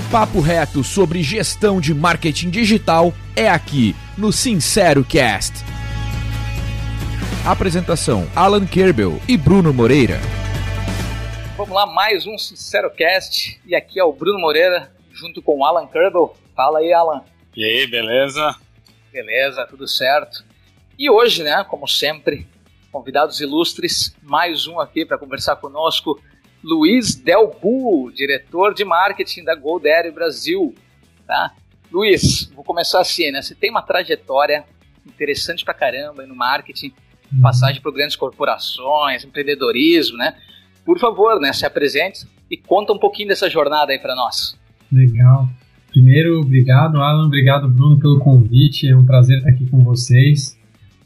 papo reto sobre gestão de marketing digital é aqui no Sincero Cast. Apresentação: Alan Kerbel e Bruno Moreira. Vamos lá, mais um Sincero Cast, e aqui é o Bruno Moreira junto com o Alan Kerbel. Fala aí, Alan. E aí, beleza? Beleza, tudo certo. E hoje, né, como sempre, convidados ilustres, mais um aqui para conversar conosco, Luiz Delbu, diretor de marketing da GoDaddy Brasil. Tá? Luiz, vou começar assim, né? Você tem uma trajetória interessante pra caramba no marketing, passagem por grandes corporações, empreendedorismo, né? Por favor, né, se apresente e conta um pouquinho dessa jornada aí para nós. Legal. Primeiro, obrigado, Alan, obrigado, Bruno, pelo convite. É um prazer estar aqui com vocês.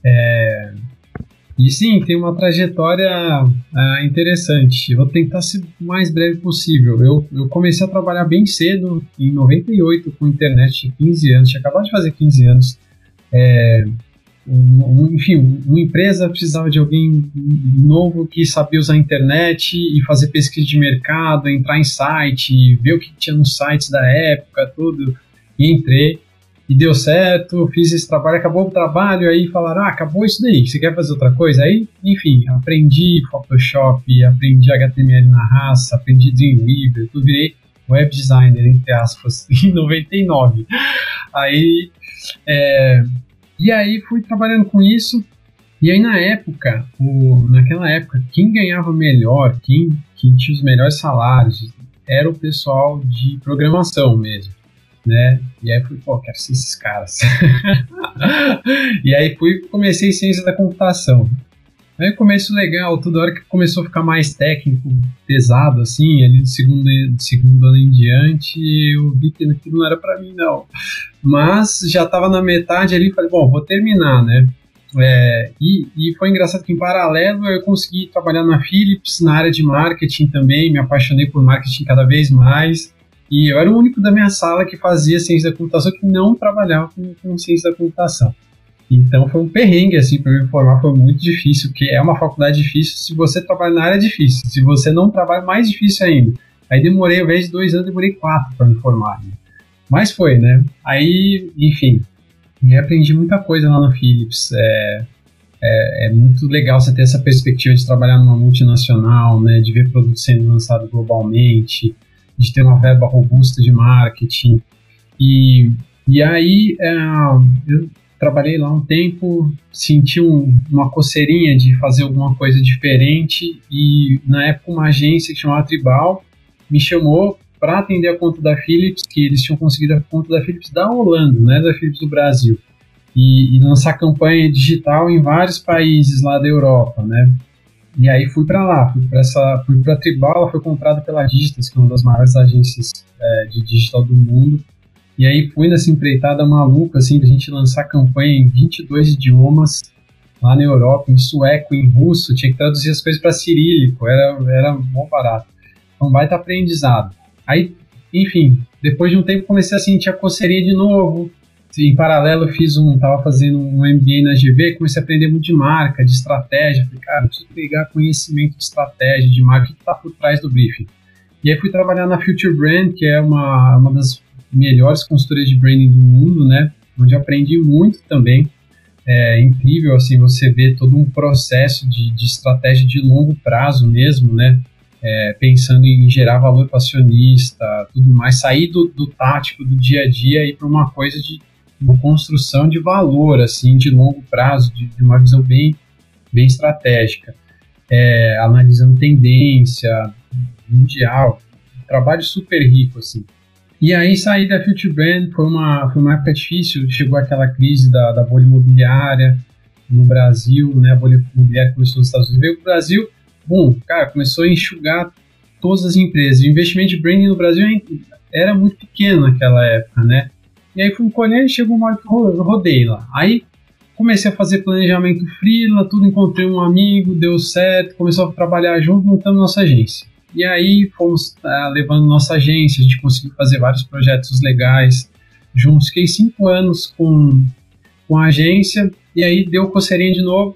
E sim, tem uma trajetória interessante. Eu vou tentar ser o mais breve possível. Eu comecei a trabalhar bem cedo, em 98, com internet, tinha 15 anos, tinha acabado de fazer 15 anos. Enfim, uma empresa precisava de alguém novo que sabia usar a internet e fazer pesquisa de mercado, entrar em site, ver o que tinha nos sites da época, tudo. E entrei. E deu certo, fiz esse trabalho, acabou o trabalho, aí falaram, acabou isso daí, você quer fazer outra coisa? Aí, enfim, aprendi Photoshop, aprendi HTML na raça, aprendi Dreamweaver, tudo, virei web designer, entre aspas, em 99. Aí, e aí fui trabalhando com isso, e aí naquela época, quem ganhava melhor, quem tinha os melhores salários, era o pessoal de programação mesmo. Né? E aí quero ser esses caras. E aí comecei ciência da computação. Aí começo legal, toda hora que começou a ficar mais técnico, pesado assim, ali do segundo ano em diante, eu vi que aquilo não era pra mim não. Mas já tava na metade ali, falei, bom, vou terminar, né? E foi engraçado que em paralelo eu consegui trabalhar na Philips, na área de marketing também, me apaixonei por marketing cada vez mais. E eu era o único da minha sala que fazia ciência da computação, que não trabalhava com ciência da computação. Então foi um perrengue, assim, para me formar, foi muito difícil, porque é uma faculdade difícil. Se você trabalha na área, é difícil. Se você não trabalha, mais difícil ainda. Aí demorei, ao invés de 2 anos, demorei 4 para me formar. Né? Mas foi, né? Aí, enfim, aprendi muita coisa lá na Philips. É muito legal você ter essa perspectiva de trabalhar numa multinacional, né? De ver produtos sendo lançados globalmente, de ter uma verba robusta de marketing. E aí eu trabalhei lá um tempo, senti uma coceirinha de fazer alguma coisa diferente, e na época uma agência que chamava Tribal me chamou para atender a conta da Philips, que eles tinham conseguido a conta da Philips da Holanda, né, da Philips do Brasil, e lançar campanha digital em vários países lá da Europa, né. E aí fui para lá, fui para a Tribal, ela foi comprada pela Digitas, que é uma das maiores agências de digital do mundo. E aí fui nessa empreitada maluca, assim, de a gente lançar campanha em 22 idiomas lá na Europa, em sueco, em russo, tinha que traduzir as coisas para cirílico, era bom barato. Então, baita aprendizado. Aí, enfim, depois de um tempo comecei a sentir a coceirinha de novo. Em paralelo, estava fazendo um MBA na GV, comecei a aprender muito de marca, de estratégia. Falei, cara, eu preciso pegar conhecimento de estratégia, de marca, o que está por trás do briefing. E aí fui trabalhar na Future Brand, que é uma das melhores consultorias de branding do mundo, né? Onde aprendi muito também. É incrível, assim, você ver todo um processo de estratégia de longo prazo mesmo, né? Pensando em gerar valor para acionista, tudo mais. Sair do tático, do dia a dia e para uma coisa de uma construção de valor, assim, de longo prazo, de uma visão bem estratégica, analisando tendência mundial, trabalho super rico, assim. E aí saí da Future Brand, foi uma época difícil, chegou aquela crise da bolha imobiliária no Brasil, né, a bolha imobiliária começou nos Estados Unidos, veio para o Brasil, cara, começou a enxugar todas as empresas, o investimento de branding no Brasil era muito pequeno naquela época, né, e aí fui colher e chegou uma hora que eu rodei lá. Aí comecei a fazer planejamento freela, tudo, encontrei um amigo, deu certo, começou a trabalhar junto, montando nossa agência. E aí fomos levando nossa agência, a gente conseguiu fazer vários projetos legais juntos. Fiquei 5 anos com a agência e aí deu coceirinha de novo.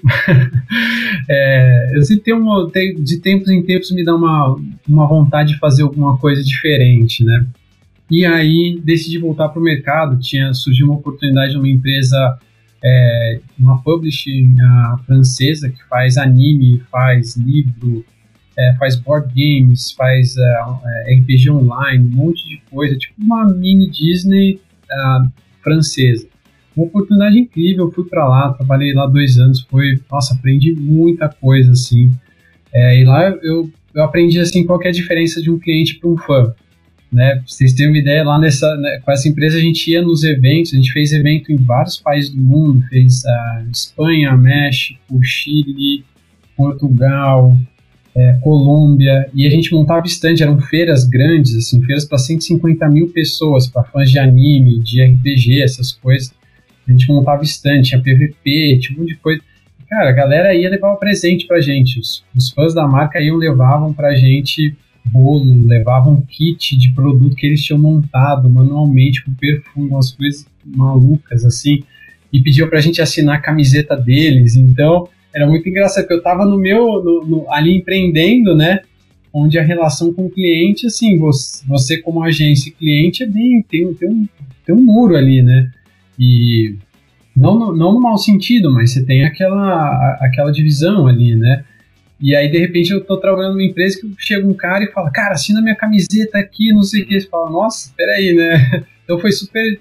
Eu sempre de tempos em tempos me dá uma vontade de fazer alguma coisa diferente, né? E aí decidi voltar para o mercado. Surgiu uma oportunidade numa empresa, uma publishing francesa que faz anime, faz livro, faz board games, faz RPG online, um monte de coisa, tipo uma mini Disney francesa. Uma oportunidade incrível, fui para lá, trabalhei lá 2 anos, aprendi muita coisa, assim. E lá eu aprendi, assim, qual que é a diferença de um cliente para um fã, né? Pra vocês terem uma ideia, lá com essa empresa a gente ia nos eventos, a gente fez evento em vários países do mundo, fez Espanha, México, Chile, Portugal, Colômbia, e a gente montava estande, eram feiras grandes, assim, feiras para 150 mil pessoas, para fãs de anime, de RPG, essas coisas. A gente montava estande, tinha PVP, tinha um monte de coisa. Cara, a galera ia levar presente pra gente. Os fãs da marca levavam pra gente bolo, levavam kit de produto que eles tinham montado manualmente, com perfume, umas coisas malucas, assim, e pediam pra gente assinar a camiseta deles. Então, era muito engraçado, porque eu tava ali empreendendo, né, onde a relação com o cliente, assim, você como agência e cliente tem um muro ali, né, e não no mau sentido, mas você tem aquela divisão ali, né? E aí, de repente, eu tô trabalhando numa empresa que chega um cara e fala, cara, assina minha camiseta aqui, não sei o que. Você fala, nossa, peraí, né? Então foi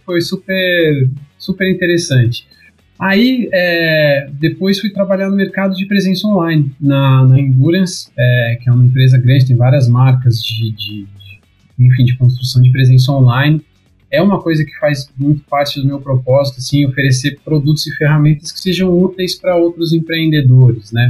super interessante. Aí, depois fui trabalhar no mercado de presença online, na Endurance, que é uma empresa grande, tem várias marcas de construção de presença online. É uma coisa que faz muito parte do meu propósito, assim, oferecer produtos e ferramentas que sejam úteis para outros empreendedores, né?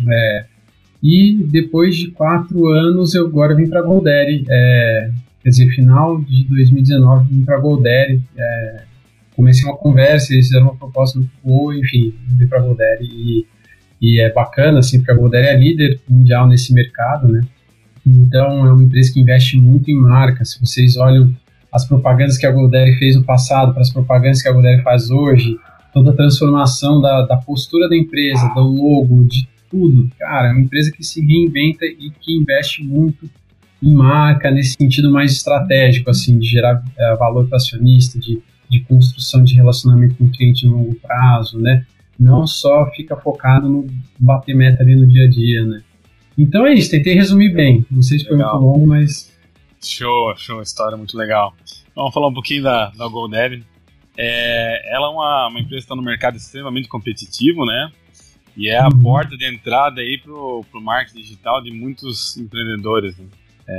E depois de 4 anos, eu agora vim para a GoDaddy, quer dizer, final de 2019, vim para a GoDaddy, comecei uma conversa, eles fizeram uma proposta muito boa, enfim, vim para a GoDaddy e é bacana, assim, porque a GoDaddy é líder mundial nesse mercado, né? Então, é uma empresa que investe muito em marca. Se vocês olham as propagandas que a GoDaddy fez no passado para as propagandas que a GoDaddy faz hoje, toda a transformação da postura da empresa, do logo, de tudo, cara, é uma empresa que se reinventa e que investe muito em marca, nesse sentido mais estratégico, assim, de gerar valor para acionista, de construção de relacionamento com o cliente em longo prazo, né? Não só fica focado no bater meta ali no dia a dia, né? Então é isso, tentei resumir bem, não sei se foi muito longo, mas... Show, história muito legal. Vamos falar um pouquinho da GoDaddy. Ela é uma empresa que está no mercado extremamente competitivo, né? E é a porta de entrada aí pro marketing digital de muitos empreendedores, né?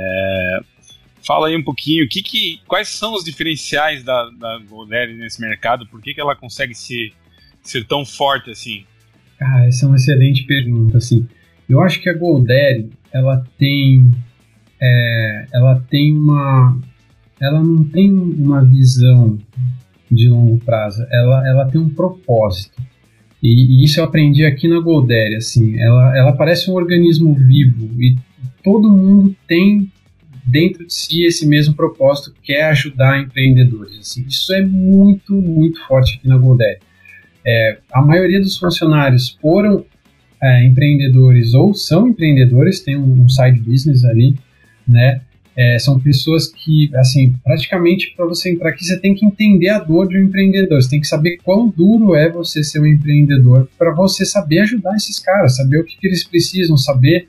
Fala aí um pouquinho, quais são os diferenciais da GoDaddy nesse mercado? Por que ela consegue ser tão forte assim? Cara, essa é uma excelente pergunta, assim. Eu acho que a GoDaddy, ela não tem uma visão de longo prazo, ela tem um propósito. E isso eu aprendi aqui na GoDaddy, assim, ela parece um organismo vivo e todo mundo tem dentro de si esse mesmo propósito, que é ajudar empreendedores. Assim, isso é muito, muito forte aqui na GoDaddy. A maioria dos funcionários foram empreendedores ou são empreendedores, tem um side business ali, né? São pessoas que, assim, praticamente para você entrar aqui, você tem que entender a dor de um empreendedor, você tem que saber quão duro é você ser um empreendedor para você saber ajudar esses caras, saber o que eles precisam, saber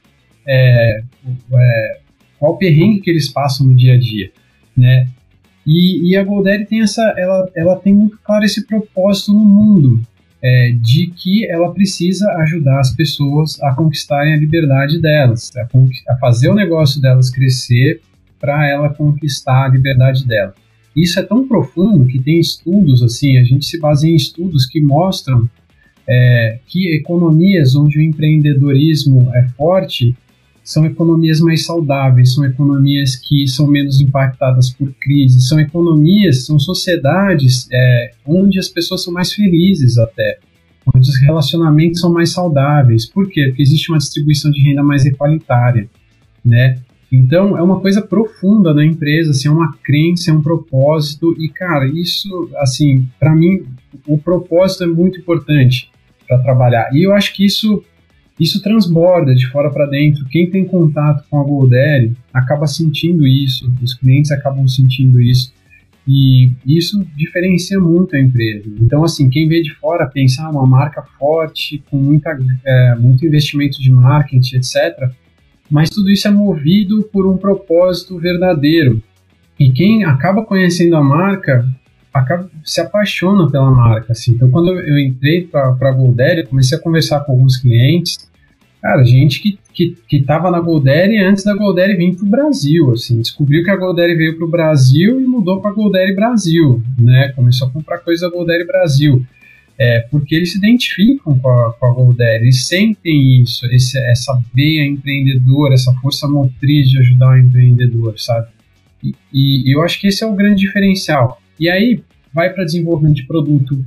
qual perrengue que eles passam no dia a dia, né? E a GoDaddy tem ela tem muito claro esse propósito no mundo, de que ela precisa ajudar as pessoas a conquistarem a liberdade delas, a fazer o negócio delas crescer para ela conquistar a liberdade dela. Isso é tão profundo que tem estudos, assim, a gente se baseia em estudos que mostram que economias onde o empreendedorismo é forte são economias mais saudáveis, são economias que são menos impactadas por crise, são sociedades onde as pessoas são mais felizes até, onde os relacionamentos são mais saudáveis. Por quê? Porque existe uma distribuição de renda mais igualitária, né? Então, é uma coisa profunda na empresa, assim, é uma crença, é um propósito, e, cara, isso, assim, para mim, o propósito é muito importante para trabalhar. E eu acho que isso isso transborda de fora para dentro. Quem tem contato com a GoDaddy acaba sentindo isso, os clientes acabam sentindo isso, e isso diferencia muito a empresa. Então, assim, quem vê de fora pensa, uma marca forte, com muito investimento de marketing, etc., mas tudo isso é movido por um propósito verdadeiro. E quem acaba conhecendo a marca se apaixona pela marca, assim. Então, quando eu entrei para a GoDaddy, comecei a conversar com alguns clientes, cara, gente que estava na GoDaddy antes da GoDaddy vir para o Brasil, assim, descobriu que a GoDaddy veio para o Brasil e mudou para a GoDaddy Brasil, né? Começou a comprar coisa da GoDaddy Brasil, porque eles se identificam com a GoDaddy, eles sentem isso, essa veia empreendedora, essa força motriz de ajudar o empreendedor, sabe? E eu acho que esse é o grande diferencial. E aí, vai para desenvolvimento de produto,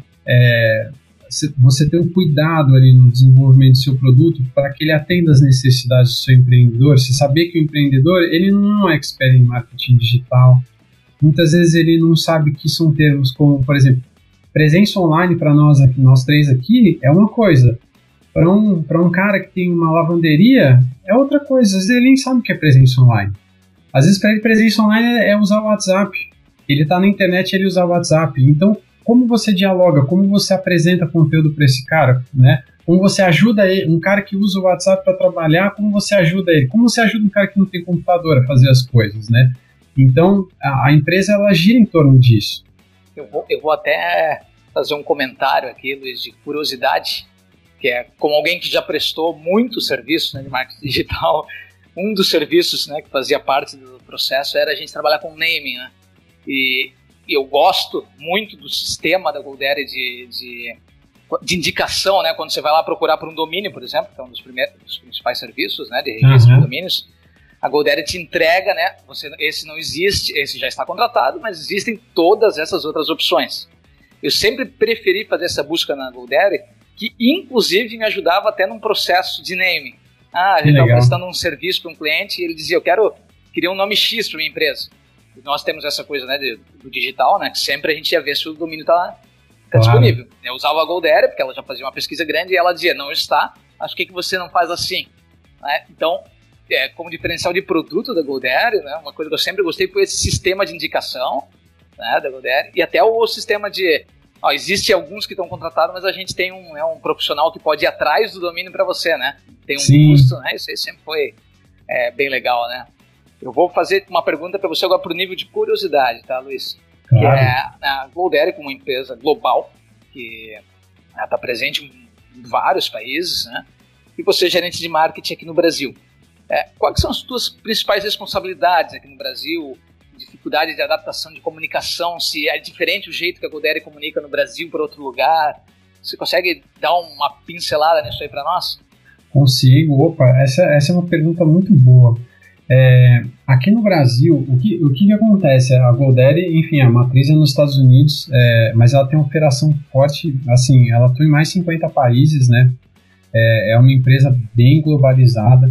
você ter um cuidado ali no desenvolvimento do seu produto para que ele atenda às necessidades do seu empreendedor. Você saber que o empreendedor, ele não é expert em marketing digital. Muitas vezes ele não sabe que são termos como, por exemplo, presença online para nós três aqui é uma coisa. Para um cara que tem uma lavanderia, é outra coisa. Às vezes ele nem sabe o que é presença online. Às vezes para ele presença online é usar o WhatsApp. Ele está na internet e ele usa o WhatsApp. Então, como você dialoga, como você apresenta conteúdo para esse cara, né? Como você ajuda ele, um cara que usa o WhatsApp para trabalhar, como você ajuda ele? Como você ajuda um cara que não tem computador a fazer as coisas, né? Então, a empresa, ela gira em torno disso. Eu vou até fazer um comentário aqui, Luiz, de curiosidade, que é como alguém que já prestou muito serviço, né, de marketing digital, um dos serviços, né, que fazia parte do processo era a gente trabalhar com naming, né? E eu gosto muito do sistema da GoDaddy de indicação, né? Quando você vai lá procurar por um domínio, por exemplo, que é um dos principais serviços, né, de registro de domínios, a GoDaddy te entrega, né? Esse não existe, esse já está contratado, mas existem todas essas outras opções. Eu sempre preferi fazer essa busca na GoDaddy, que inclusive me ajudava até num processo de naming. A gente estava prestando um serviço para um cliente e ele dizia, queria um nome X para minha empresa. Nós temos essa coisa, né, do digital, né, que sempre a gente ia ver se o domínio está disponível. Eu usava a GoDaddy, porque ela já fazia uma pesquisa grande, e ela dizia, não está, acho que você não faz assim. Né? Então, como diferencial de produto da GoDaddy, né, uma coisa que eu sempre gostei foi esse sistema de indicação, né, da GoDaddy, e até o sistema de, existe alguns que estão contratados, mas a gente tem um profissional que pode ir atrás do domínio para você, né, tem um custo, né, isso aí sempre foi bem legal, né. Eu vou fazer uma pergunta para você agora para o nível de curiosidade, tá, Luiz? Claro. Que é a GoDaddy como uma empresa global, que está presente em vários países, né? E você é gerente de marketing aqui no Brasil. Quais são as suas principais responsabilidades aqui no Brasil? Dificuldade de adaptação de comunicação, se é diferente o jeito que a GoDaddy comunica no Brasil para outro lugar? Você consegue dar uma pincelada nisso aí para nós? Consigo. Essa é uma pergunta muito boa. Aqui no Brasil, o que acontece? A GoDaddy, enfim, a matriz é nos Estados Unidos, mas ela tem uma operação forte, assim, ela atua em mais de 50 países, né? É uma empresa bem globalizada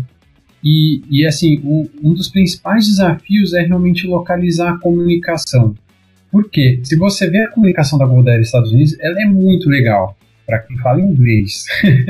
e assim, um dos principais desafios é realmente localizar a comunicação. Por quê? Se você vê a comunicação da GoDaddy nos Estados Unidos, ela é muito legal para quem fala inglês.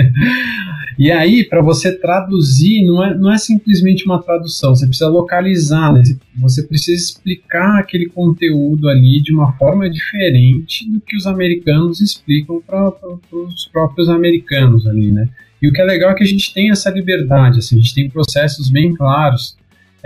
E aí, para você traduzir, não é simplesmente uma tradução, você precisa localizar, né? Você precisa explicar aquele conteúdo ali de uma forma diferente do que os americanos explicam para os próprios americanos ali, né? E o que é legal é que a gente tem essa liberdade, assim, a gente tem processos bem claros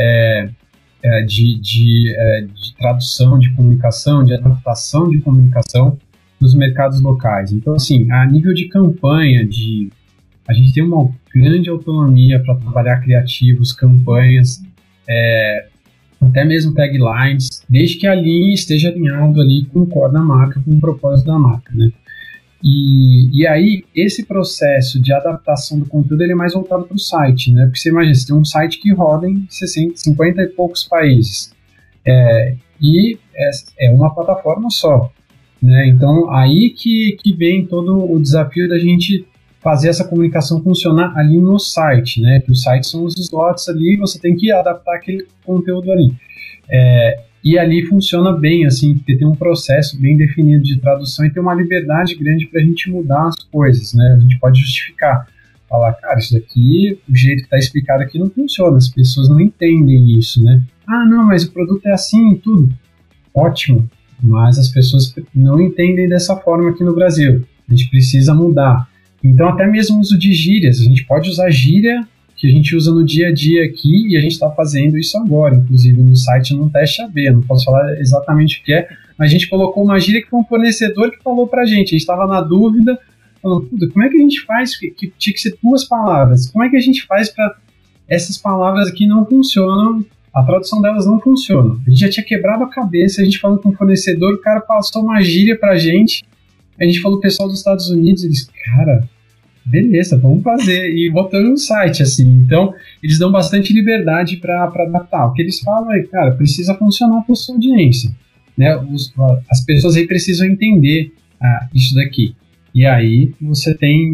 de tradução, de comunicação, de adaptação de comunicação nos mercados locais. Então, assim, a nível de campanha, a gente tem uma grande autonomia para trabalhar criativos, campanhas, até mesmo taglines, desde que a linha esteja alinhado ali com o core da marca, com o propósito da marca, né? E aí, esse processo de adaptação do conteúdo, ele é mais voltado para o site, né? Porque você imagina, você tem um site que roda em 50 e poucos países, e é uma plataforma só, né? Então, aí que vem todo o desafio da gente fazer essa comunicação funcionar ali no site, né? Que o site são os slots ali, você tem que adaptar aquele conteúdo ali. E ali funciona bem, assim, porque tem um processo bem definido de tradução e tem uma liberdade grande para a gente mudar as coisas, né? A gente pode justificar. Falar, cara, isso daqui, o jeito que está explicado aqui não funciona, as pessoas não entendem isso, né? Ah, não, mas o produto é assim e tudo. Ótimo, mas as pessoas não entendem dessa forma aqui no Brasil. A gente precisa mudar. Então, até mesmo o uso de gírias. A gente pode usar gíria que a gente usa no dia a dia aqui e a gente está fazendo isso agora, inclusive no site, num teste AB. Não posso falar exatamente o que é, mas a gente colocou uma gíria que foi um fornecedor que falou pra gente. A gente estava na dúvida, falando, como é que a gente faz? Que tinha que ser 2 palavras. Como é que a gente faz para essas palavras aqui não funcionam? A tradução delas não funciona. A gente já tinha quebrado a cabeça, a gente falou com o fornecedor, o cara passou uma gíria pra gente, a gente falou pro pessoal dos Estados Unidos, eles, cara, beleza, vamos fazer, e botando no site, assim. Então, eles dão bastante liberdade para adaptar. O que eles falam é, cara, precisa funcionar para a sua audiência, né? As pessoas aí precisam entender isso daqui. E aí, você tem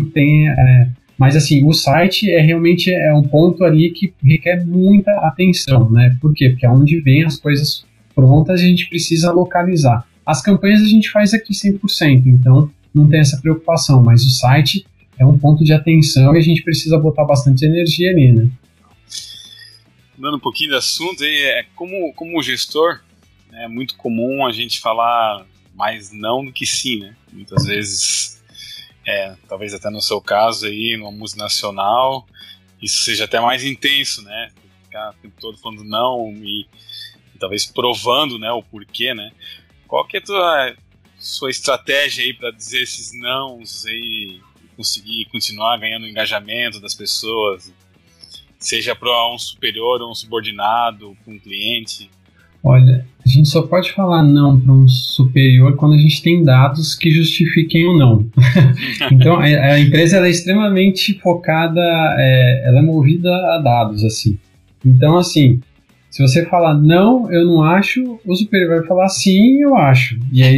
mas assim, o site realmente um ponto ali que requer muita atenção, né? Por quê? Porque é onde vem as coisas prontas e a gente precisa localizar. As campanhas a gente faz aqui 100%, então não tem essa preocupação, mas o site é um ponto de atenção e a gente precisa botar bastante energia ali, né? Dando um pouquinho de assunto, como gestor, é muito comum a gente falar mais não do que sim, né? Muitas vezes, talvez até no seu caso aí, numa multinacional, isso seja até mais intenso, né? Ficar o tempo todo falando não e talvez provando, né, o porquê, né? Qual que é a sua estratégia aí para dizer esses nãos aí, conseguir continuar ganhando o engajamento das pessoas, seja para um superior ou um subordinado, para um cliente? Olha, a gente só pode falar não para um superior quando a gente tem dados que justifiquem o não. Então, a empresa ela é extremamente focada, ela é movida a dados, assim. Então, assim, se você falar não, eu não acho, o superior vai falar sim, eu acho.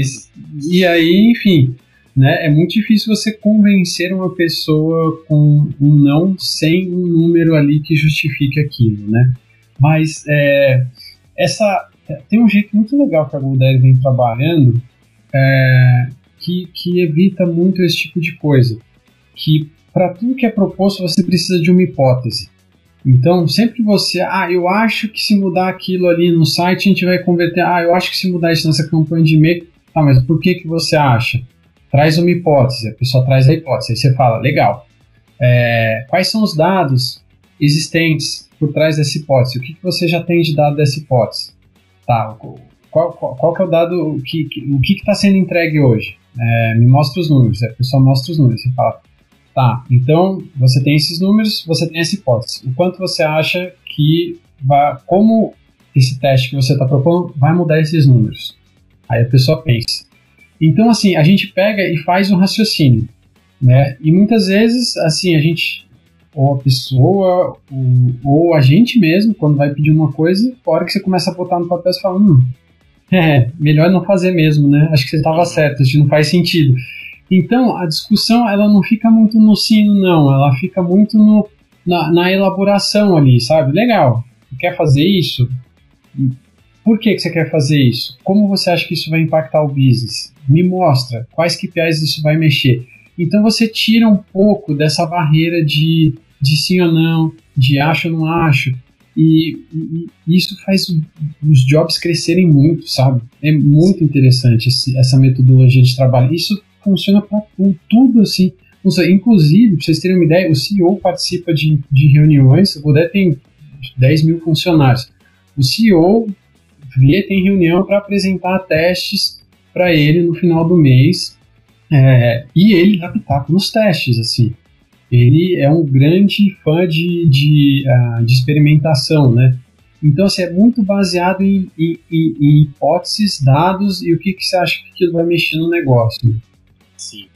E aí enfim, né, é muito difícil você convencer uma pessoa com um não sem um número ali que justifique aquilo, né? Mas tem um jeito muito legal que a GoDaddy vem trabalhando que evita muito esse tipo de coisa. Que para tudo que é proposto você precisa de uma hipótese. Então, sempre que você, eu acho que se mudar aquilo ali no site a gente vai converter, eu acho que se mudar isso nessa campanha de e-mail, mas por que você acha? Traz uma hipótese, a pessoa traz a hipótese, aí você fala, legal, quais são os dados existentes por trás dessa hipótese? O que você já tem de dado dessa hipótese? Tá, qual que é o dado, o que está sendo entregue hoje? Me mostra os números, a pessoa mostra os números, você fala, tá, então você tem esses números, você tem essa hipótese. O quanto você acha que como esse teste que você está propondo vai mudar esses números? Aí a pessoa pensa. Então, assim, a gente pega e faz um raciocínio, né? E muitas vezes, assim, a gente, ou a pessoa, ou a gente mesmo, quando vai pedir uma coisa, a hora que você começa a botar no papel, você fala, melhor não fazer mesmo, né? Acho que você estava certo, acho que não faz sentido. Então, a discussão, ela não fica muito no sim e no não, ela fica muito na elaboração ali, sabe? Legal, quer fazer isso? Por que você quer fazer isso? Como você acha que isso vai impactar o business? Me mostra quais KPIs isso vai mexer. Então você tira um pouco dessa barreira de sim ou não, de acho ou não acho, e isso faz os jobs crescerem muito, sabe? É muito interessante essa metodologia de trabalho. Isso funciona para tudo, assim. Inclusive, para vocês terem uma ideia, o CEO participa de reuniões, o GoDaddy tem 10 mil funcionários. O CEO tem reunião para apresentar testes para ele no final do mês, e ele dá pitaco nos testes, assim. Ele é um grande fã de experimentação, né? Então, assim, é muito baseado em hipóteses, dados e o que você acha que aquilo vai mexer no negócio. Sim,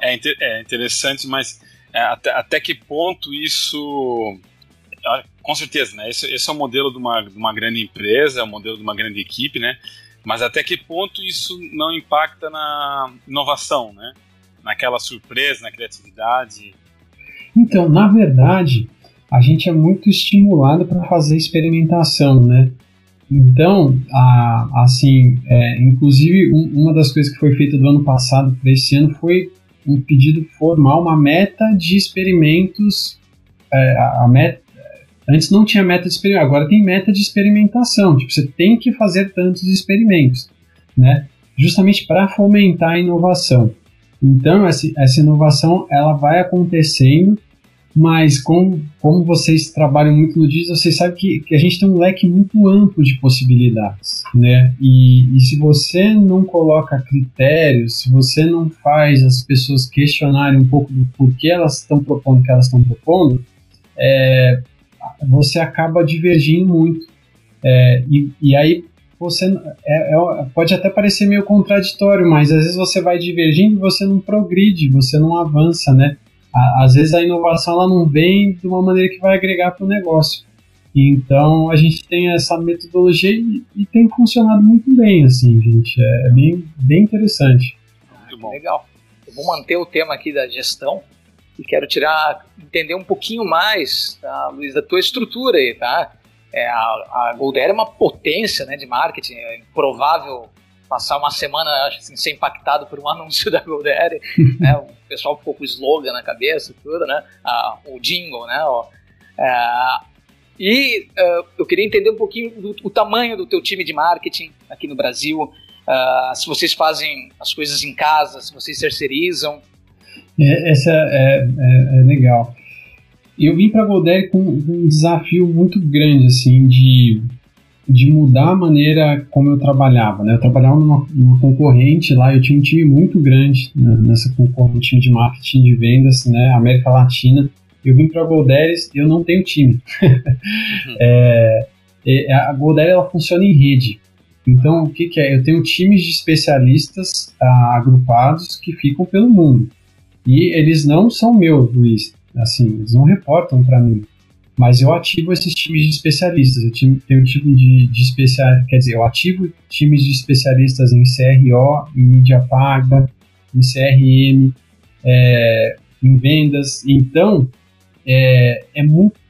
é interessante, mas até que ponto isso... Com certeza, né? Esse é o modelo de uma grande empresa, é o modelo de uma grande equipe, né? Mas até que ponto isso não impacta na inovação, né? Naquela surpresa, na criatividade? Então, na verdade, a gente é muito estimulado para fazer experimentação, né? Então, inclusive, uma das coisas que foi feita do ano passado para esse ano foi um pedido formal, uma meta de experimentos. Antes não tinha meta de experimento, agora tem meta de experimentação. Tipo, você tem que fazer tantos experimentos, né? Justamente para fomentar a inovação. Então, essa inovação ela vai acontecendo, mas como vocês trabalham muito no digital, vocês sabem que a gente tem um leque muito amplo de possibilidades, né? E se você não coloca critérios, se você não faz as pessoas questionarem um pouco do porquê elas estão propondo o que elas estão propondo, você acaba divergindo muito. E aí você pode até parecer meio contraditório, mas às vezes você vai divergindo e você não progride, você não avança, né? Às vezes a inovação ela não vem de uma maneira que vai agregar para o negócio. Então a gente tem essa metodologia e tem funcionado muito bem, assim, gente. É bem interessante. Muito bom. Legal. Eu vou manter o tema aqui da gestão e quero entender um pouquinho mais, tá, Luiz, da tua estrutura aí, tá? A GoDaddy é uma potência, né, de marketing. É improvável passar uma semana assim, ser impactado por um anúncio da GoDaddy, né? O pessoal ficou com o slogan na cabeça, tudo, né? O jingle, né? Eu queria entender um pouquinho o tamanho do teu time de marketing aqui no Brasil, se vocês fazem as coisas em casa, se vocês terceirizam. Essa é legal. Eu vim para a GoDaddy com um desafio muito grande, assim, de mudar a maneira como eu trabalhava, né? Eu trabalhava numa concorrente lá, eu tinha um time muito grande nessa concorrente de marketing de vendas, né? América Latina. Eu vim para a GoDaddy e eu não tenho time. A GoDaddy ela funciona em rede. Então, o que é? Eu tenho times de especialistas agrupados que ficam pelo mundo. E eles não são meus, Luiz. Assim, eles não reportam para mim. Mas eu ativo esses times de especialistas. Eu tenho um time de especialistas, quer dizer, eu ativo times de especialistas em CRO, em mídia paga, em CRM, em vendas. Então, é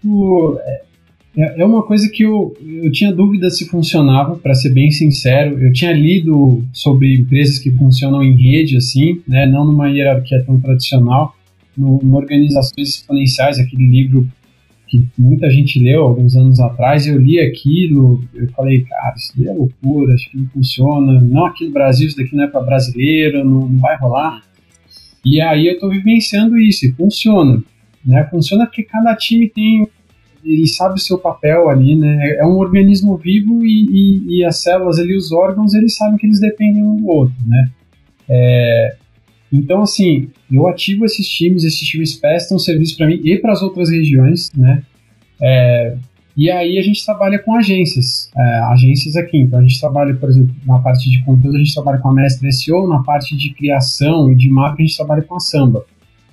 uma coisa que eu tinha dúvida se funcionava, para ser bem sincero. Eu tinha lido sobre empresas que funcionam em rede, assim, né, não numa hierarquia tão tradicional, em organizações exponenciais, aquele livro que muita gente leu alguns anos atrás. Eu li aquilo, eu falei, cara, isso daí é loucura, acho que não funciona, não aqui no Brasil, isso daqui não é para brasileiro, não vai rolar. E aí eu estou vivenciando isso, e funciona, né? Funciona porque cada time ele sabe o seu papel ali, né? É um organismo vivo e as células ali, os órgãos, eles sabem que eles dependem um do outro, né? Então, assim, eu ativo esses times prestam serviço para mim e para as outras regiões, né? E aí a gente trabalha com agências aqui. Então a gente trabalha, por exemplo, na parte de conteúdo, a gente trabalha com a Mestre SEO, na parte de criação e de marca a gente trabalha com a Samba.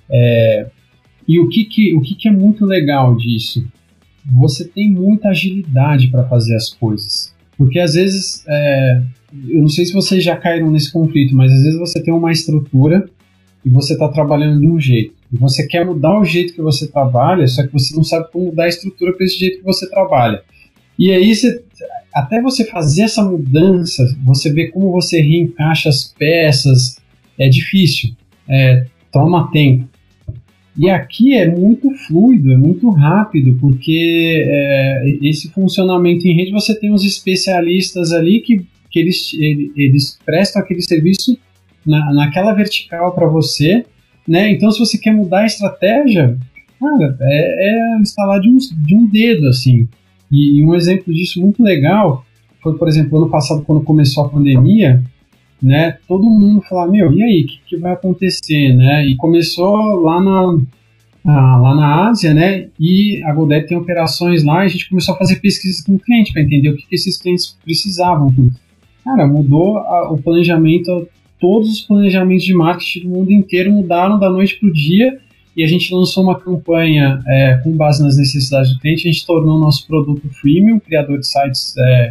E o que é muito legal disso? Você tem muita agilidade para fazer as coisas. Porque às vezes, eu não sei se vocês já caíram nesse conflito, mas às vezes você tem uma estrutura e você está trabalhando de um jeito. E você quer mudar o jeito que você trabalha, só que você não sabe como mudar a estrutura para esse jeito que você trabalha. E aí, até você fazer essa mudança, você vê como você reencaixa as peças, é difícil, toma tempo. E aqui é muito fluido, é muito rápido, porque esse funcionamento em rede, você tem os especialistas ali que eles prestam aquele serviço naquela vertical para você, né? Então, se você quer mudar a estratégia, cara, instalar de um dedo, assim. E um exemplo disso muito legal foi, por exemplo, ano passado, quando começou a pandemia, né? Todo mundo falava, e aí, o que vai acontecer, né? E começou lá na Ásia, né? E a GoDaddy tem operações lá, e a gente começou a fazer pesquisas com o cliente para entender o que esses clientes precisavam. Cara, mudou o planejamento, todos os planejamentos de marketing do mundo inteiro mudaram da noite para o dia, e a gente lançou uma campanha com base nas necessidades do cliente. A gente tornou o nosso produto freemium, criador de sites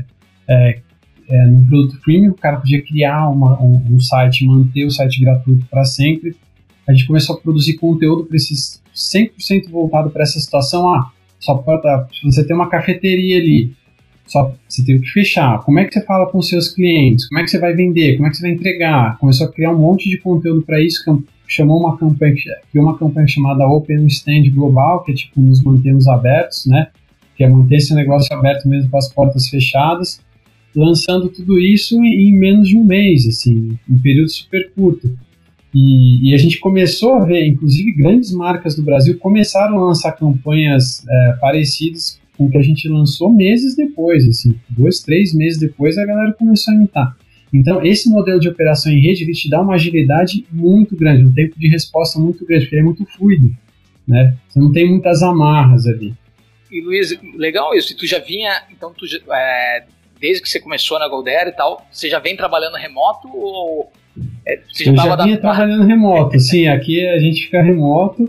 no produto freemium. O cara podia criar um site, manter o site gratuito para sempre. A gente começou a produzir conteúdo para esses 100% voltado para essa situação. Se você tem uma cafeteria ali, só você tem que fechar. Como é que você fala com os seus clientes? Como é que você vai vender? Como é que você vai entregar? Começou a criar um monte de conteúdo para isso, chamou uma campanha chamada Open Stand Global, que é tipo nos mantemos abertos, né? Que é manter esse negócio aberto mesmo com as portas fechadas, lançando tudo isso em menos de um mês, assim, um período super curto. E a gente começou a ver, inclusive grandes marcas do Brasil começaram a lançar campanhas parecidas com o que a gente lançou meses depois, assim, 2, 3 meses depois a galera começou a imitar. Então, esse modelo de operação em rede, ele te dá uma agilidade muito grande, um tempo de resposta muito grande, porque ele é muito fluido, né? Você não tem muitas amarras ali. E Luiz, legal isso, e tu já vinha, então, desde que você começou na GoDaddy e tal, você já vem trabalhando remoto ou... Eu já vinha trabalhando remoto, sim, aqui a gente fica remoto,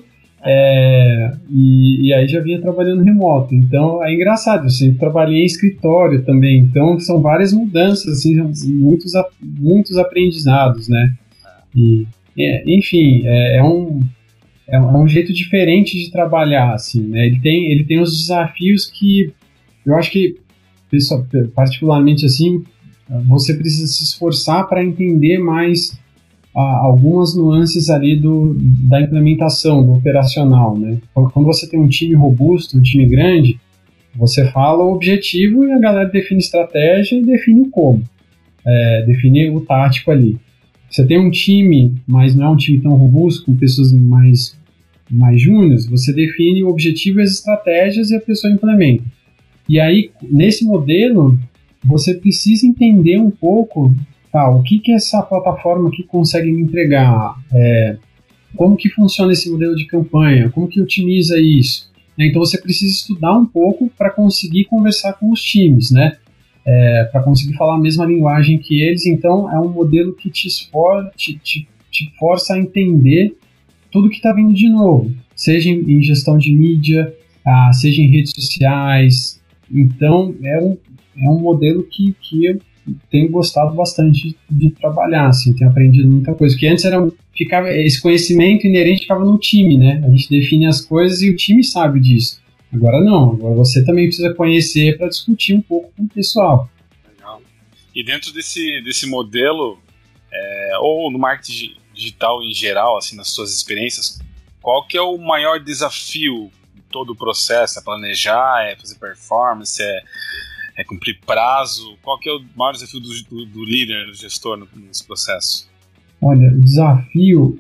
e aí já vinha trabalhando remoto, então é engraçado, eu sempre trabalhei em escritório também, então são várias mudanças, assim, muitos aprendizados, né, enfim, é um jeito diferente de trabalhar, assim, né, ele tem os desafios que eu acho que, particularmente assim, você precisa se esforçar para entender mais algumas nuances ali da implementação, do operacional, né? Quando você tem um time robusto, um time grande, você fala o objetivo e a galera define estratégia e define o como, define o tático ali. Você tem um time, mas não é um time tão robusto, com pessoas mais júniores, você define o objetivo e as estratégias e a pessoa implementa. E aí, nesse modelo, você precisa entender um pouco o que essa plataforma aqui consegue me entregar, como que funciona esse modelo de campanha, como que otimiza isso. Então você precisa estudar um pouco para conseguir conversar com os times, né? Para conseguir falar a mesma linguagem que eles. Então é um modelo que te força a entender tudo que está vindo de novo, seja em gestão de mídia, seja em redes sociais. Então é um modelo que eu tenho gostado bastante de trabalhar, assim, tenho aprendido muita coisa, porque antes esse conhecimento inerente ficava no time, né? A gente define as coisas e o time sabe disso. Agora não, agora você também precisa conhecer para discutir um pouco com o pessoal. Legal. E dentro desse modelo, ou no marketing digital em geral, assim, nas suas experiências, qual que é o maior desafio de todo o processo? É planejar, é fazer performance, é cumprir prazo? Qual que é o maior desafio do líder, do gestor nesse processo? Olha, o desafio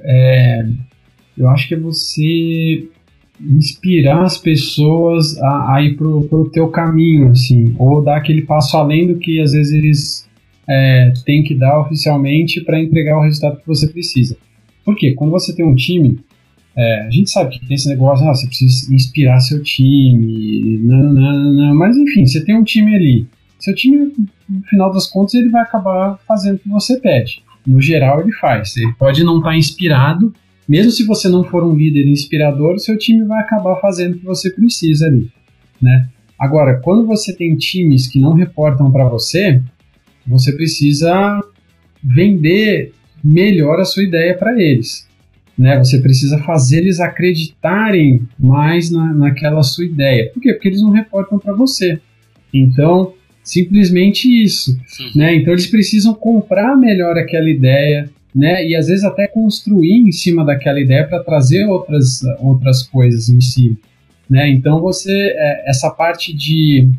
eu acho que é você inspirar as pessoas a ir pro teu caminho, assim, ou dar aquele passo além do que às vezes eles têm que dar oficialmente para entregar o resultado que você precisa. Por quê? Quando você tem um time, a gente sabe que tem esse negócio, você precisa inspirar seu time, mas enfim, você tem um time ali. Seu time, no final das contas, ele vai acabar fazendo o que você pede. No geral, ele faz. Ele pode não estar inspirado, mesmo se você não for um líder inspirador, seu time vai acabar fazendo o que você precisa ali, né? Agora, quando você tem times que não reportam para você precisa vender melhor a sua ideia para eles. Né, você precisa fazer eles acreditarem mais naquela sua ideia. Por quê? Porque eles não reportam para você. Então, simplesmente isso. Né? Então, eles precisam comprar melhor aquela ideia, né? E às vezes até construir em cima daquela ideia para trazer outras coisas em cima. Né? Então, essa parte de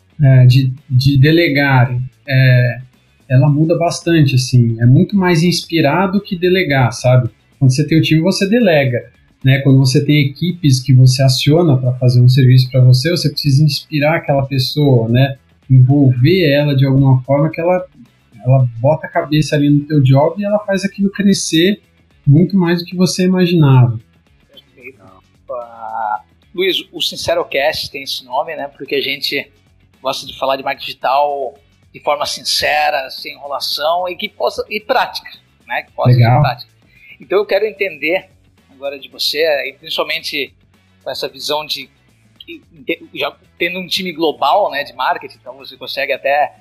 delegar, ela muda bastante. Assim. É muito mais inspirar do que delegar, sabe? Quando você tem o time, você delega, né? Quando você tem equipes que você aciona para fazer um serviço para você precisa inspirar aquela pessoa, né? Envolver ela de alguma forma que ela bota a cabeça ali no teu job e ela faz aquilo crescer muito mais do que você imaginava. Perfeito. Luiz, o SinceroCast tem esse nome, né? Porque a gente gosta de falar de marketing digital de forma sincera, sem enrolação e prática, né? Que possa ser prática. Então eu quero entender agora de você, e principalmente com essa visão de já tendo um time global, né, de marketing, então você consegue até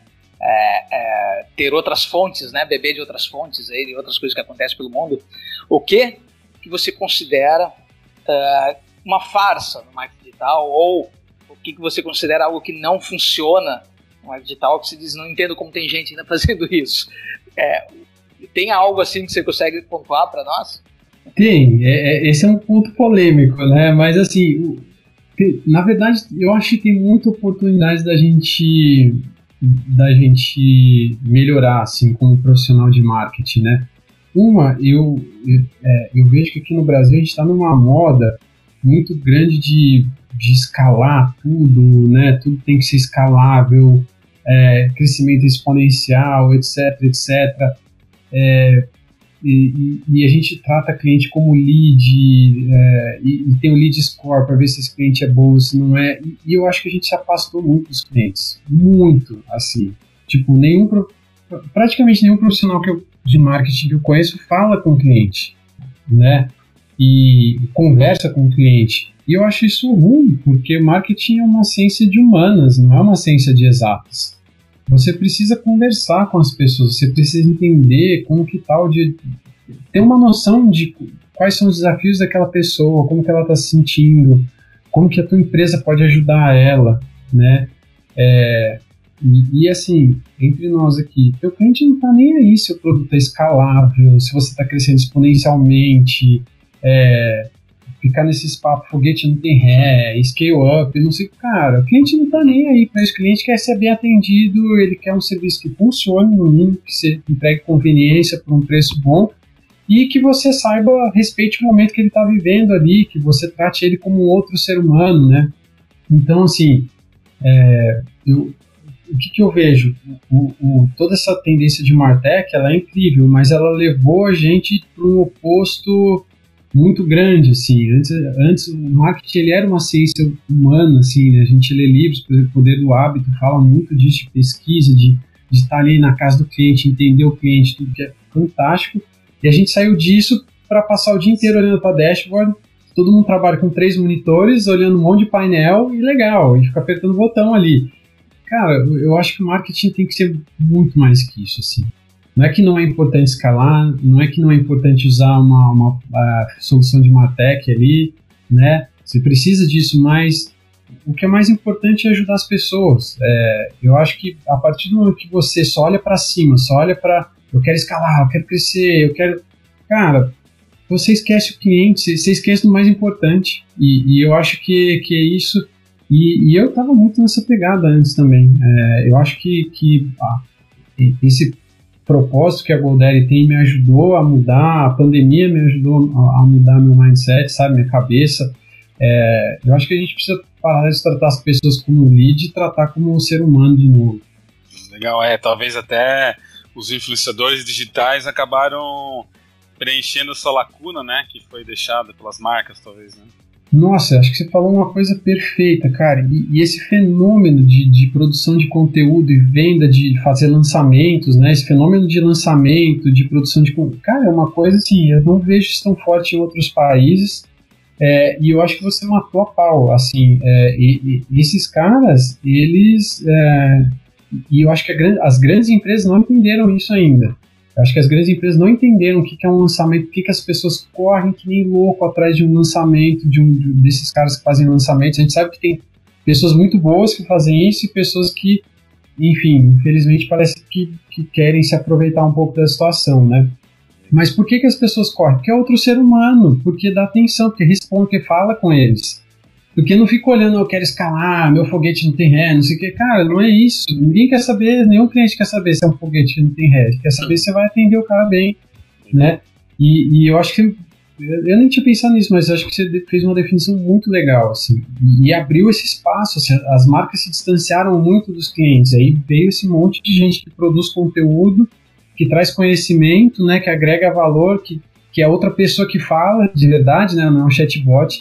ter outras fontes, né, beber de outras fontes, de outras coisas que acontecem pelo mundo. O que você considera uma farsa no marketing digital, ou o que você considera algo que não funciona no marketing digital, que você diz, não entendo como tem gente ainda fazendo isso? Tem algo assim que você consegue pontuar para nós? Tem, esse é um ponto polêmico, né? Mas assim, na verdade, eu acho que tem muita oportunidade da gente melhorar, assim, como profissional de marketing, né? Eu vejo que aqui no Brasil a gente está numa moda muito grande de escalar tudo, né? Tudo tem que ser escalável, crescimento exponencial, etc, etc. E a gente trata cliente como lead, e tem o lead score para ver se esse cliente é bom ou se não é. E eu acho que a gente se afastou muito dos clientes. Muito, assim. Tipo, praticamente nenhum profissional de marketing que eu conheço fala com o cliente, né? E conversa com o cliente. E eu acho isso ruim, porque marketing é uma ciência de humanas, não é uma ciência de exatas. Você precisa conversar com as pessoas, você precisa entender como que tal de ter uma noção de quais são os desafios daquela pessoa, como que ela está se sentindo, como que a tua empresa pode ajudar ela, né? E assim, entre nós aqui, teu cliente não está nem aí se o produto é escalável, se você está crescendo exponencialmente, ficar nesses papos, foguete não tem ré, scale up, não sei, cara, o cliente não tá nem aí para isso, o cliente quer ser bem atendido, ele quer um serviço que funcione no mínimo, que você entregue conveniência por um preço bom e que você saiba, respeite o momento que ele tá vivendo ali, que você trate ele como um outro ser humano, né? Então, assim, o que eu vejo? Toda essa tendência de Martech, ela é incrível, mas ela levou a gente para um oposto muito grande, assim. Antes o marketing ele era uma ciência humana, assim, né? A gente lê livros, por exemplo, O Poder do Hábito, fala muito disso, de pesquisa, de estar ali na casa do cliente, entender o cliente, tudo que é fantástico, e a gente saiu disso para passar o dia inteiro olhando para dashboard, todo mundo trabalha com 3 monitores, olhando um monte de painel, e legal, e fica apertando o botão ali. Cara, eu acho que o marketing tem que ser muito mais que isso, assim. Não é que não é importante escalar, não é que não é importante usar uma solução de Martech ali, né? Você precisa disso, mas o que é mais importante é ajudar as pessoas. Eu acho que a partir do momento que você só olha para cima, só olha para eu quero escalar, eu quero crescer, eu quero... Cara, você esquece o cliente, você esquece do mais importante. E eu acho que é isso... E eu estava muito nessa pegada antes também. Eu acho que esse propósito que a GoDaddy tem me ajudou a mudar, a pandemia me ajudou a mudar meu mindset, sabe, minha cabeça. Eu acho que a gente precisa parar de tratar as pessoas como lead e tratar como um ser humano de novo. Legal, talvez até os influenciadores digitais acabaram preenchendo essa lacuna, né, que foi deixada pelas marcas, talvez, né? Nossa, acho que você falou uma coisa perfeita, cara. E esse fenômeno de produção de conteúdo e venda, de fazer lançamentos, né? Esse fenômeno de lançamento, de produção de conteúdo, cara, é uma coisa assim, eu não vejo isso tão forte em outros países. E eu acho que você matou a pau, assim. E esses caras, eles... e eu acho que as grandes empresas não entenderam isso ainda. Eu acho que as grandes empresas não entenderam o que é um lançamento, por que as pessoas correm que nem louco atrás de um lançamento, desses caras que fazem lançamentos. A gente sabe que tem pessoas muito boas que fazem isso e pessoas que, enfim, infelizmente parece que querem se aproveitar um pouco da situação, né? Mas por que as pessoas correm? Porque é outro ser humano, porque dá atenção, porque responde, porque fala com eles. Porque não fica olhando, eu quero escalar, meu foguete não tem ré, não sei o que. Cara, não é isso. Ninguém quer saber, nenhum cliente quer saber se é um foguete que não tem ré. Quer saber se você vai atender o cara bem, né? E eu acho que... Eu nem tinha pensado nisso, mas eu acho que você fez uma definição muito legal, assim. E abriu esse espaço, assim, as marcas se distanciaram muito dos clientes. Aí veio esse monte de gente que produz conteúdo, que traz conhecimento, né? Que agrega valor, que é outra pessoa que fala de verdade, né? Não é um chatbot.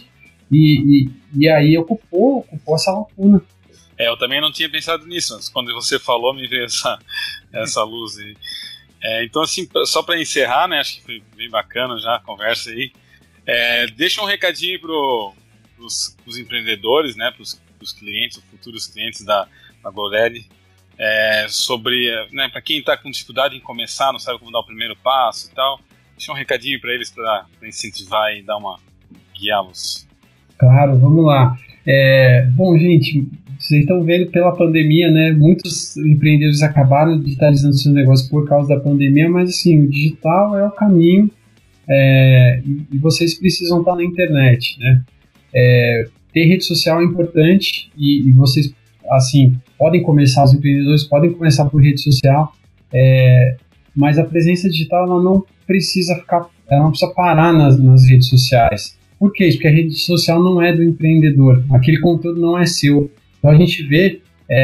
E aí ocupou essa lacuna. Eu também não tinha pensado nisso, mas quando você falou me veio essa luz aí. Então, assim, só para encerrar, né, acho que foi bem bacana já a conversa aí. Deixa um recadinho para os empreendedores, né, para os clientes, os futuros clientes da GoDaddy, sobre, né, para quem está com dificuldade em começar, não sabe como dar o primeiro passo e tal. Deixa um recadinho para eles para incentivar e guiá-los. Claro, vamos lá. Bom, gente, vocês estão vendo pela pandemia, né? Muitos empreendedores acabaram digitalizando seus negócios por causa da pandemia, mas assim, o digital é o caminho. e vocês precisam estar na internet, né? Ter rede social é importante e vocês, assim, podem começar, os empreendedores podem começar por rede social, mas a presença digital ela não precisa parar nas redes sociais. Por quê? Porque a rede social não é do empreendedor, aquele conteúdo não é seu. Então a gente vê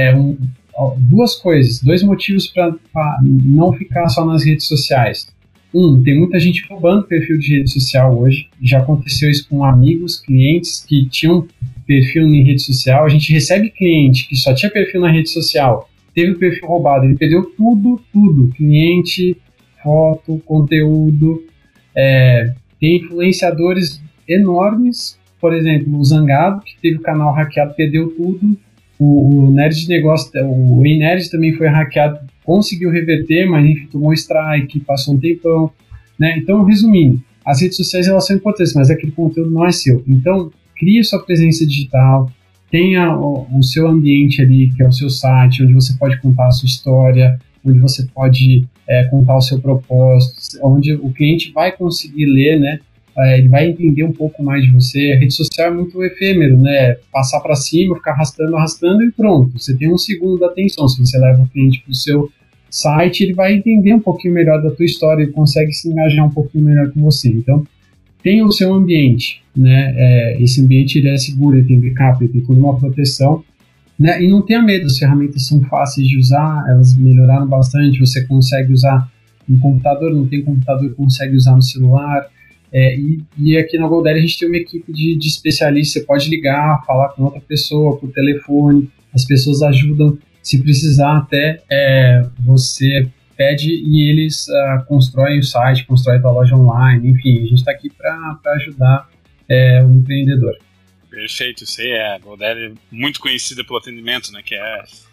dois motivos para não ficar só nas redes sociais. Tem muita gente roubando perfil de rede social hoje, já aconteceu isso com amigos, clientes que tinham perfil em rede social. A gente recebe cliente que só tinha perfil na rede social, teve o perfil roubado, ele perdeu tudo, cliente, foto, conteúdo. Tem influenciadores enormes, por exemplo, o Zangado, que teve o canal hackeado, perdeu tudo. O Nerd de Negócio, o E-Nerd também foi hackeado, conseguiu reverter, mas enfim, tomou strike, passou um tempão, né? Então, resumindo, as redes sociais elas são importantes, mas aquele conteúdo não é seu. Então, crie sua presença digital, tenha o seu ambiente ali, que é o seu site, onde você pode contar a sua história, onde você pode contar o seu propósito, onde o cliente vai conseguir ler, né? Ele vai entender um pouco mais de você. A rede social é muito efêmero, né? Passar para cima, ficar arrastando e pronto. Você tem um segundo de atenção. Se você leva o cliente para o seu site, ele vai entender um pouquinho melhor da tua história, ele consegue se engajar um pouquinho melhor com você. Então, tenha o seu ambiente, né? Esse ambiente ele é seguro, ele tem backup, ele tem toda uma proteção, né? E não tenha medo, as ferramentas são fáceis de usar, elas melhoraram bastante, você consegue usar no computador, não tem computador, consegue usar no celular. E aqui na GoDaddy a gente tem uma equipe de especialistas, você pode ligar, falar com outra pessoa por telefone, as pessoas ajudam, se precisar até você pede e eles constroem o site, constroem a tua loja online, enfim, a gente está aqui para ajudar o empreendedor. Perfeito, isso aí a GoDaddy é muito conhecida pelo atendimento, né, que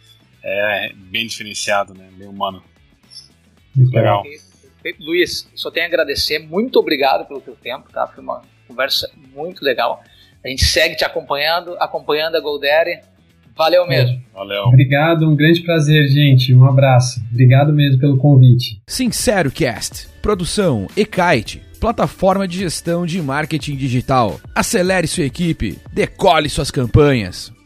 é bem diferenciado, né, bem humano. Muito legal. Luiz, só tenho a agradecer, muito obrigado pelo teu tempo, tá? Foi uma conversa muito legal. A gente segue te acompanhando a GoDaddy. Valeu mesmo. Valeu. Obrigado, um grande prazer, gente. Um abraço. Obrigado mesmo pelo convite. Sincero Cast, produção eKite, plataforma de gestão de marketing digital. Acelere sua equipe, decole suas campanhas.